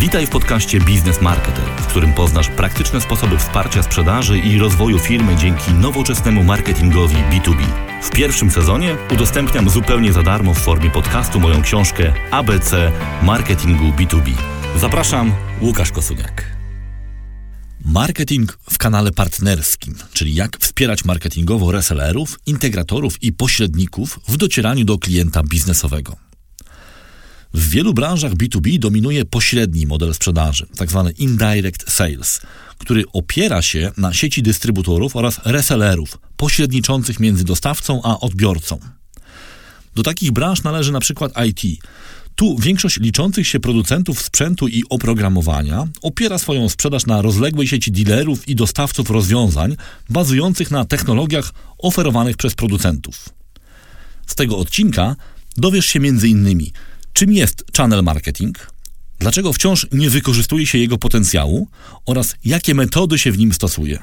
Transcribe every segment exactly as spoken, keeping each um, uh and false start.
Witaj w podcaście Biznes Marketer, w którym poznasz praktyczne sposoby wsparcia sprzedaży i rozwoju firmy dzięki nowoczesnemu marketingowi B dwa B. W pierwszym sezonie udostępniam zupełnie za darmo w formie podcastu moją książkę A B C Marketingu B dwa B. Zapraszam, Łukasz Kosuniak. Marketing w kanale partnerskim, czyli jak wspierać marketingowo resellerów, integratorów i pośredników w docieraniu do klienta biznesowego. W wielu branżach B dwa B dominuje pośredni model sprzedaży, tzw. indirect sales, który opiera się na sieci dystrybutorów oraz resellerów pośredniczących między dostawcą a odbiorcą. Do takich branż należy na przykład I T. Tu większość liczących się producentów sprzętu i oprogramowania opiera swoją sprzedaż na rozległej sieci dealerów i dostawców rozwiązań bazujących na technologiach oferowanych przez producentów. Z tego odcinka dowiesz się między innymi, czym jest channel marketing, dlaczego wciąż nie wykorzystuje się jego potencjału oraz jakie metody się w nim stosuje.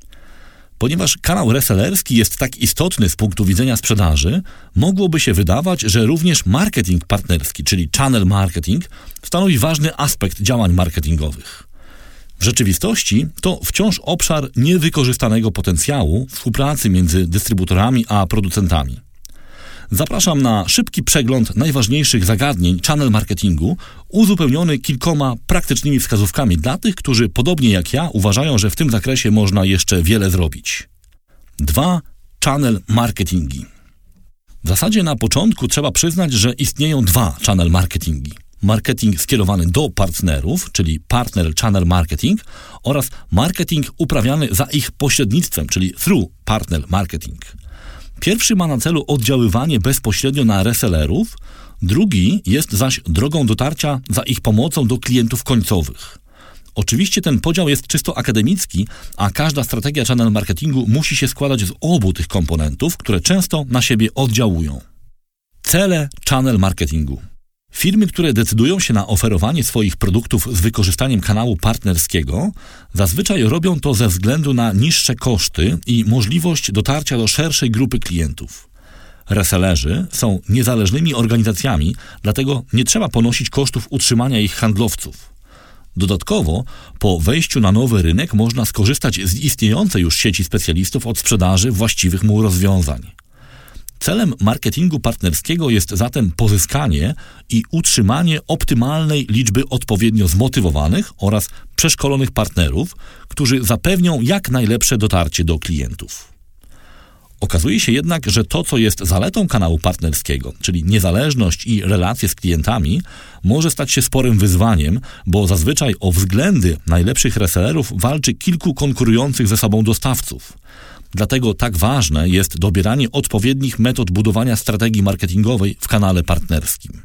Ponieważ kanał resellerski jest tak istotny z punktu widzenia sprzedaży, mogłoby się wydawać, że również marketing partnerski, czyli channel marketing, stanowi ważny aspekt działań marketingowych. W rzeczywistości to wciąż obszar niewykorzystanego potencjału współpracy między dystrybutorami a producentami. Zapraszam na szybki przegląd najważniejszych zagadnień channel marketingu, uzupełniony kilkoma praktycznymi wskazówkami dla tych, którzy podobnie jak ja uważają, że w tym zakresie można jeszcze wiele zrobić. Dwa channel marketingi. W zasadzie na początku trzeba przyznać, że istnieją dwa channel marketingi. Marketing skierowany do partnerów, czyli partner channel marketing, oraz marketing uprawiany za ich pośrednictwem, czyli through partner marketing. Pierwszy ma na celu oddziaływanie bezpośrednio na resellerów, drugi jest zaś drogą dotarcia za ich pomocą do klientów końcowych. Oczywiście ten podział jest czysto akademicki, a każda strategia channel marketingu musi się składać z obu tych komponentów, które często na siebie oddziałują. Cele channel marketingu. Firmy, które decydują się na oferowanie swoich produktów z wykorzystaniem kanału partnerskiego, zazwyczaj robią to ze względu na niższe koszty i możliwość dotarcia do szerszej grupy klientów. Resellerzy są niezależnymi organizacjami, dlatego nie trzeba ponosić kosztów utrzymania ich handlowców. Dodatkowo, po wejściu na nowy rynek można skorzystać z istniejącej już sieci specjalistów od sprzedaży właściwych mu rozwiązań. Celem marketingu partnerskiego jest zatem pozyskanie i utrzymanie optymalnej liczby odpowiednio zmotywowanych oraz przeszkolonych partnerów, którzy zapewnią jak najlepsze dotarcie do klientów. Okazuje się jednak, że to, co jest zaletą kanału partnerskiego, czyli niezależność i relacje z klientami, może stać się sporym wyzwaniem, bo zazwyczaj o względy najlepszych resellerów walczy kilku konkurujących ze sobą dostawców. Dlatego tak ważne jest dobieranie odpowiednich metod budowania strategii marketingowej w kanale partnerskim.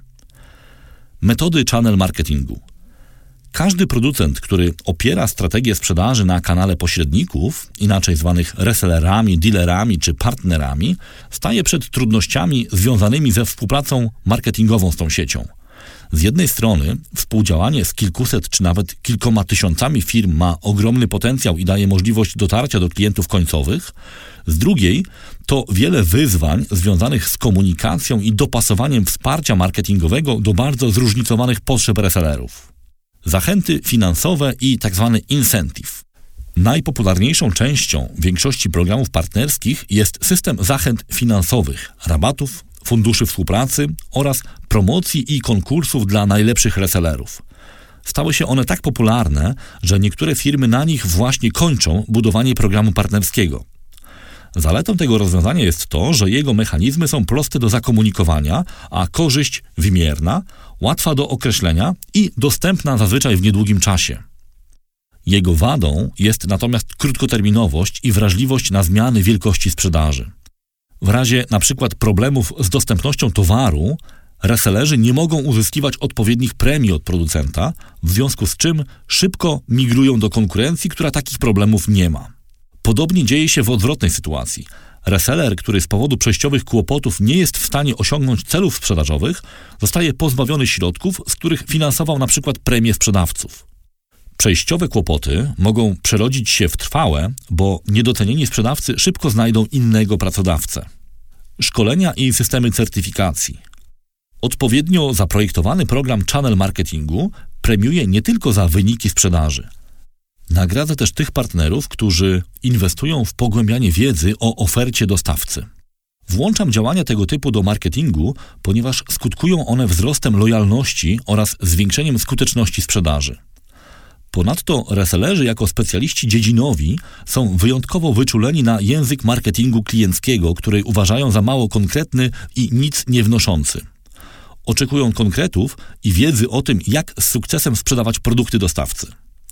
Metody channel marketingu. Każdy producent, który opiera strategię sprzedaży na kanale pośredników, inaczej zwanych resellerami, dealerami czy partnerami, staje przed trudnościami związanymi ze współpracą marketingową z tą siecią. Z jednej strony współdziałanie z kilkuset czy nawet kilkoma tysiącami firm ma ogromny potencjał i daje możliwość dotarcia do klientów końcowych, z drugiej to wiele wyzwań związanych z komunikacją i dopasowaniem wsparcia marketingowego do bardzo zróżnicowanych potrzeb resellerów. Zachęty finansowe i tzw. incentive. Najpopularniejszą częścią większości programów partnerskich jest system zachęt finansowych, rabatów, funduszy współpracy oraz promocji i konkursów dla najlepszych resellerów. Stały się one tak popularne, że niektóre firmy na nich właśnie kończą budowanie programu partnerskiego. Zaletą tego rozwiązania jest to, że jego mechanizmy są proste do zakomunikowania, a korzyść wymierna, łatwa do określenia i dostępna zazwyczaj w niedługim czasie. Jego wadą jest natomiast krótkoterminowość i wrażliwość na zmiany wielkości sprzedaży. W razie na przykład problemów z dostępnością towaru, resellerzy nie mogą uzyskiwać odpowiednich premii od producenta, w związku z czym szybko migrują do konkurencji, która takich problemów nie ma. Podobnie dzieje się w odwrotnej sytuacji. Reseller, który z powodu przejściowych kłopotów nie jest w stanie osiągnąć celów sprzedażowych, zostaje pozbawiony środków, z których finansował na przykład premie sprzedawców. Przejściowe kłopoty mogą przerodzić się w trwałe, bo niedocenieni sprzedawcy szybko znajdą innego pracodawcę. Szkolenia i systemy certyfikacji. Odpowiednio zaprojektowany program channel marketingu premiuje nie tylko za wyniki sprzedaży. Nagradza też tych partnerów, którzy inwestują w pogłębianie wiedzy o ofercie dostawcy. Włączam działania tego typu do marketingu, ponieważ skutkują one wzrostem lojalności oraz zwiększeniem skuteczności sprzedaży. Ponadto resellerzy jako specjaliści dziedzinowi są wyjątkowo wyczuleni na język marketingu klienckiego, który uważają za mało konkretny i nic nie wnoszący. Oczekują konkretów i wiedzy o tym, jak z sukcesem sprzedawać produkty dostawcy.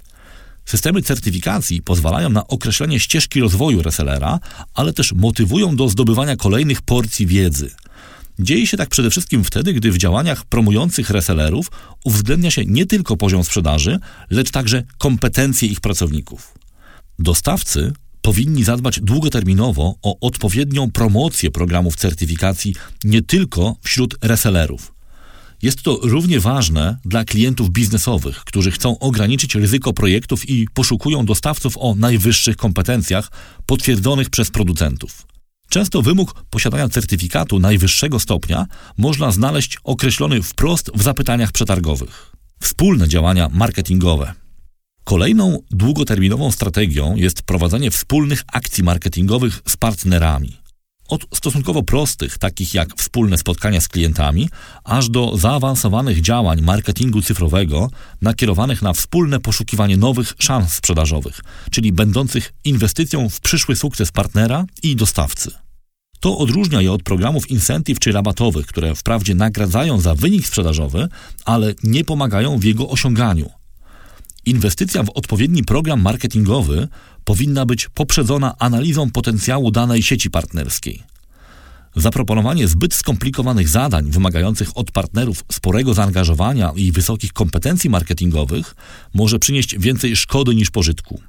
Systemy certyfikacji pozwalają na określenie ścieżki rozwoju resellera, ale też motywują do zdobywania kolejnych porcji wiedzy. Dzieje się tak przede wszystkim wtedy, gdy w działaniach promujących resellerów uwzględnia się nie tylko poziom sprzedaży, lecz także kompetencje ich pracowników. Dostawcy powinni zadbać długoterminowo o odpowiednią promocję programów certyfikacji nie tylko wśród resellerów. Jest to równie ważne dla klientów biznesowych, którzy chcą ograniczyć ryzyko projektów i poszukują dostawców o najwyższych kompetencjach potwierdzonych przez producentów. Często wymóg posiadania certyfikatu najwyższego stopnia można znaleźć określony wprost w zapytaniach przetargowych. Wspólne działania marketingowe. Kolejną długoterminową strategią jest prowadzenie wspólnych akcji marketingowych z partnerami. Od stosunkowo prostych, takich jak wspólne spotkania z klientami, aż do zaawansowanych działań marketingu cyfrowego nakierowanych na wspólne poszukiwanie nowych szans sprzedażowych, czyli będących inwestycją w przyszły sukces partnera i dostawcy. To odróżnia je od programów incentive czy rabatowych, które wprawdzie nagradzają za wynik sprzedażowy, ale nie pomagają w jego osiąganiu. Inwestycja w odpowiedni program marketingowy powinna być poprzedzona analizą potencjału danej sieci partnerskiej. Zaproponowanie zbyt skomplikowanych zadań wymagających od partnerów sporego zaangażowania i wysokich kompetencji marketingowych może przynieść więcej szkody niż pożytku.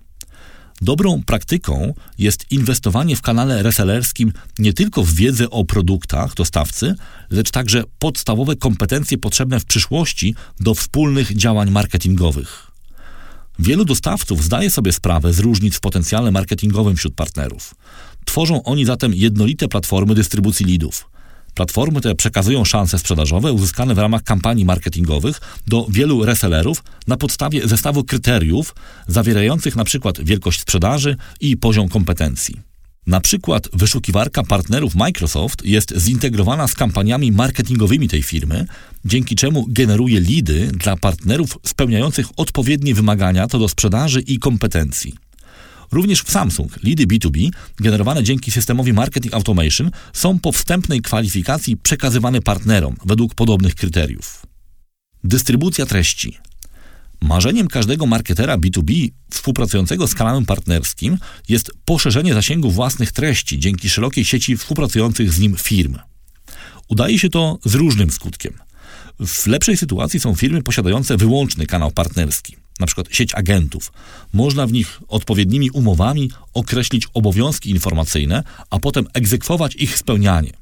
Dobrą praktyką jest inwestowanie w kanale resellerskim nie tylko w wiedzę o produktach dostawcy, lecz także podstawowe kompetencje potrzebne w przyszłości do wspólnych działań marketingowych. Wielu dostawców zdaje sobie sprawę z różnic w potencjale marketingowym wśród partnerów. Tworzą oni zatem jednolite platformy dystrybucji leadów. Platformy te przekazują szanse sprzedażowe uzyskane w ramach kampanii marketingowych do wielu resellerów na podstawie zestawu kryteriów zawierających np. wielkość sprzedaży i poziom kompetencji. Na przykład wyszukiwarka partnerów Microsoft jest zintegrowana z kampaniami marketingowymi tej firmy, dzięki czemu generuje leady dla partnerów spełniających odpowiednie wymagania co do sprzedaży i kompetencji. Również w Samsung leady B dwa B generowane dzięki systemowi Marketing Automation są po wstępnej kwalifikacji przekazywane partnerom według podobnych kryteriów. Dystrybucja treści. Marzeniem każdego marketera B dwa B współpracującego z kanałem partnerskim jest poszerzenie zasięgu własnych treści dzięki szerokiej sieci współpracujących z nim firm. Udaje się to z różnym skutkiem. W lepszej sytuacji są firmy posiadające wyłączny kanał partnerski, np. sieć agentów. Można w nich odpowiednimi umowami określić obowiązki informacyjne, a potem egzekwować ich spełnianie.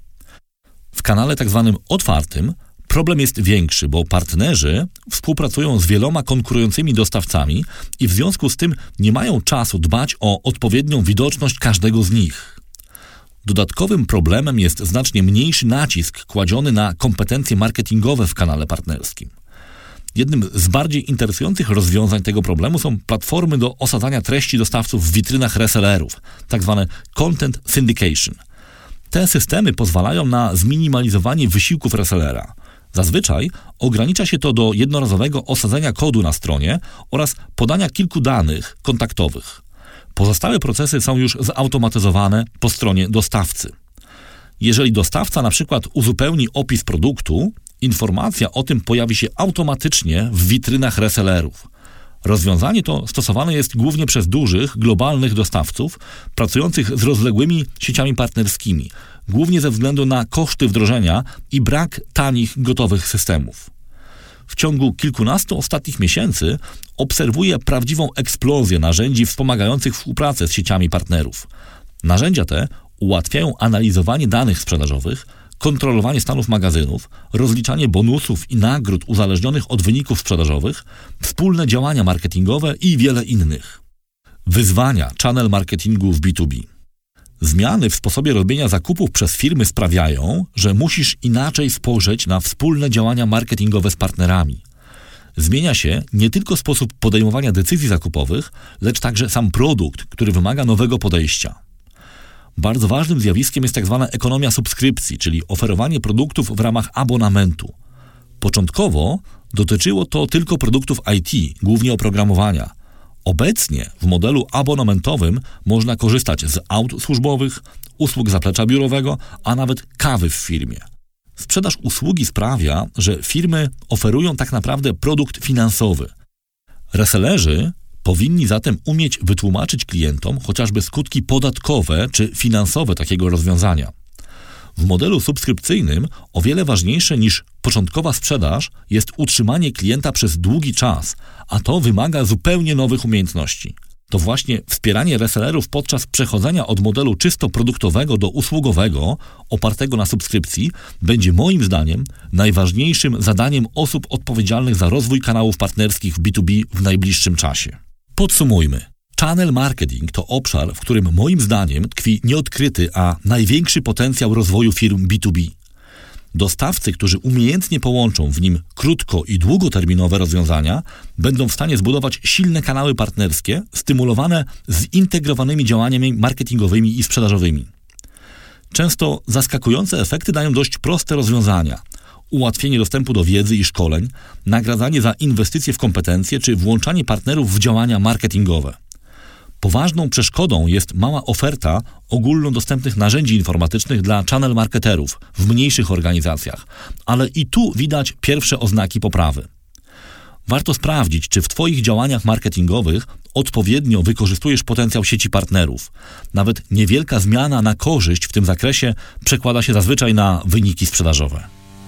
W kanale tzw. otwartym problem jest większy, bo partnerzy współpracują z wieloma konkurującymi dostawcami i w związku z tym nie mają czasu dbać o odpowiednią widoczność każdego z nich. Dodatkowym problemem jest znacznie mniejszy nacisk kładziony na kompetencje marketingowe w kanale partnerskim. Jednym z bardziej interesujących rozwiązań tego problemu są platformy do osadzania treści dostawców w witrynach resellerów, tzw. content syndication. Te systemy pozwalają na zminimalizowanie wysiłków resellera. Zazwyczaj ogranicza się to do jednorazowego osadzenia kodu na stronie oraz podania kilku danych kontaktowych. Pozostałe procesy są już zautomatyzowane po stronie dostawcy. Jeżeli dostawca na przykład uzupełni opis produktu, informacja o tym pojawi się automatycznie w witrynach resellerów. Rozwiązanie to stosowane jest głównie przez dużych, globalnych dostawców pracujących z rozległymi sieciami partnerskimi, głównie ze względu na koszty wdrożenia i brak tanich, gotowych systemów. W ciągu kilkunastu ostatnich miesięcy obserwuję prawdziwą eksplozję narzędzi wspomagających współpracę z sieciami partnerów. Narzędzia te ułatwiają analizowanie danych sprzedażowych, kontrolowanie stanów magazynów, rozliczanie bonusów i nagród uzależnionych od wyników sprzedażowych, wspólne działania marketingowe i wiele innych. Wyzwania channel marketingu w B dwa B. Zmiany w sposobie robienia zakupów przez firmy sprawiają, że musisz inaczej spojrzeć na wspólne działania marketingowe z partnerami. Zmienia się nie tylko sposób podejmowania decyzji zakupowych, lecz także sam produkt, który wymaga nowego podejścia. Bardzo ważnym zjawiskiem jest tak zwana ekonomia subskrypcji, czyli oferowanie produktów w ramach abonamentu. Początkowo dotyczyło to tylko produktów I T, głównie oprogramowania. Obecnie w modelu abonamentowym można korzystać z aut służbowych, usług zaplecza biurowego, a nawet kawy w firmie. Sprzedaż usługi sprawia, że firmy oferują tak naprawdę produkt finansowy. Resellerzy powinni zatem umieć wytłumaczyć klientom chociażby skutki podatkowe czy finansowe takiego rozwiązania. W modelu subskrypcyjnym o wiele ważniejsze niż początkowa sprzedaż jest utrzymanie klienta przez długi czas, a to wymaga zupełnie nowych umiejętności. To właśnie wspieranie resellerów podczas przechodzenia od modelu czysto produktowego do usługowego, opartego na subskrypcji, będzie moim zdaniem najważniejszym zadaniem osób odpowiedzialnych za rozwój kanałów partnerskich w B dwa B w najbliższym czasie. Podsumujmy. Channel marketing to obszar, w którym moim zdaniem tkwi nieodkryty, a największy potencjał rozwoju firm B dwa B. Dostawcy, którzy umiejętnie połączą w nim krótko- i długoterminowe rozwiązania, będą w stanie zbudować silne kanały partnerskie, stymulowane zintegrowanymi działaniami marketingowymi i sprzedażowymi. Często zaskakujące efekty dają dość proste rozwiązania. Ułatwienie dostępu do wiedzy i szkoleń, nagradzanie za inwestycje w kompetencje czy włączanie partnerów w działania marketingowe. Poważną przeszkodą jest mała oferta ogólnodostępnych narzędzi informatycznych dla channel marketerów w mniejszych organizacjach, ale i tu widać pierwsze oznaki poprawy. Warto sprawdzić, czy w Twoich działaniach marketingowych odpowiednio wykorzystujesz potencjał sieci partnerów. Nawet niewielka zmiana na korzyść w tym zakresie przekłada się zazwyczaj na wyniki sprzedażowe.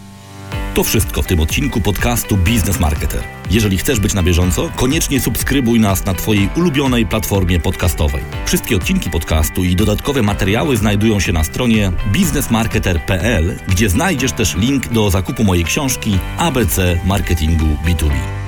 To wszystko w tym odcinku podcastu Biznes Marketer. Jeżeli chcesz być na bieżąco, koniecznie subskrybuj nas na Twojej ulubionej platformie podcastowej. Wszystkie odcinki podcastu i dodatkowe materiały znajdują się na stronie biznesmarketer kropka p l, gdzie znajdziesz też link do zakupu mojej książki A B C Marketingu B dwa B.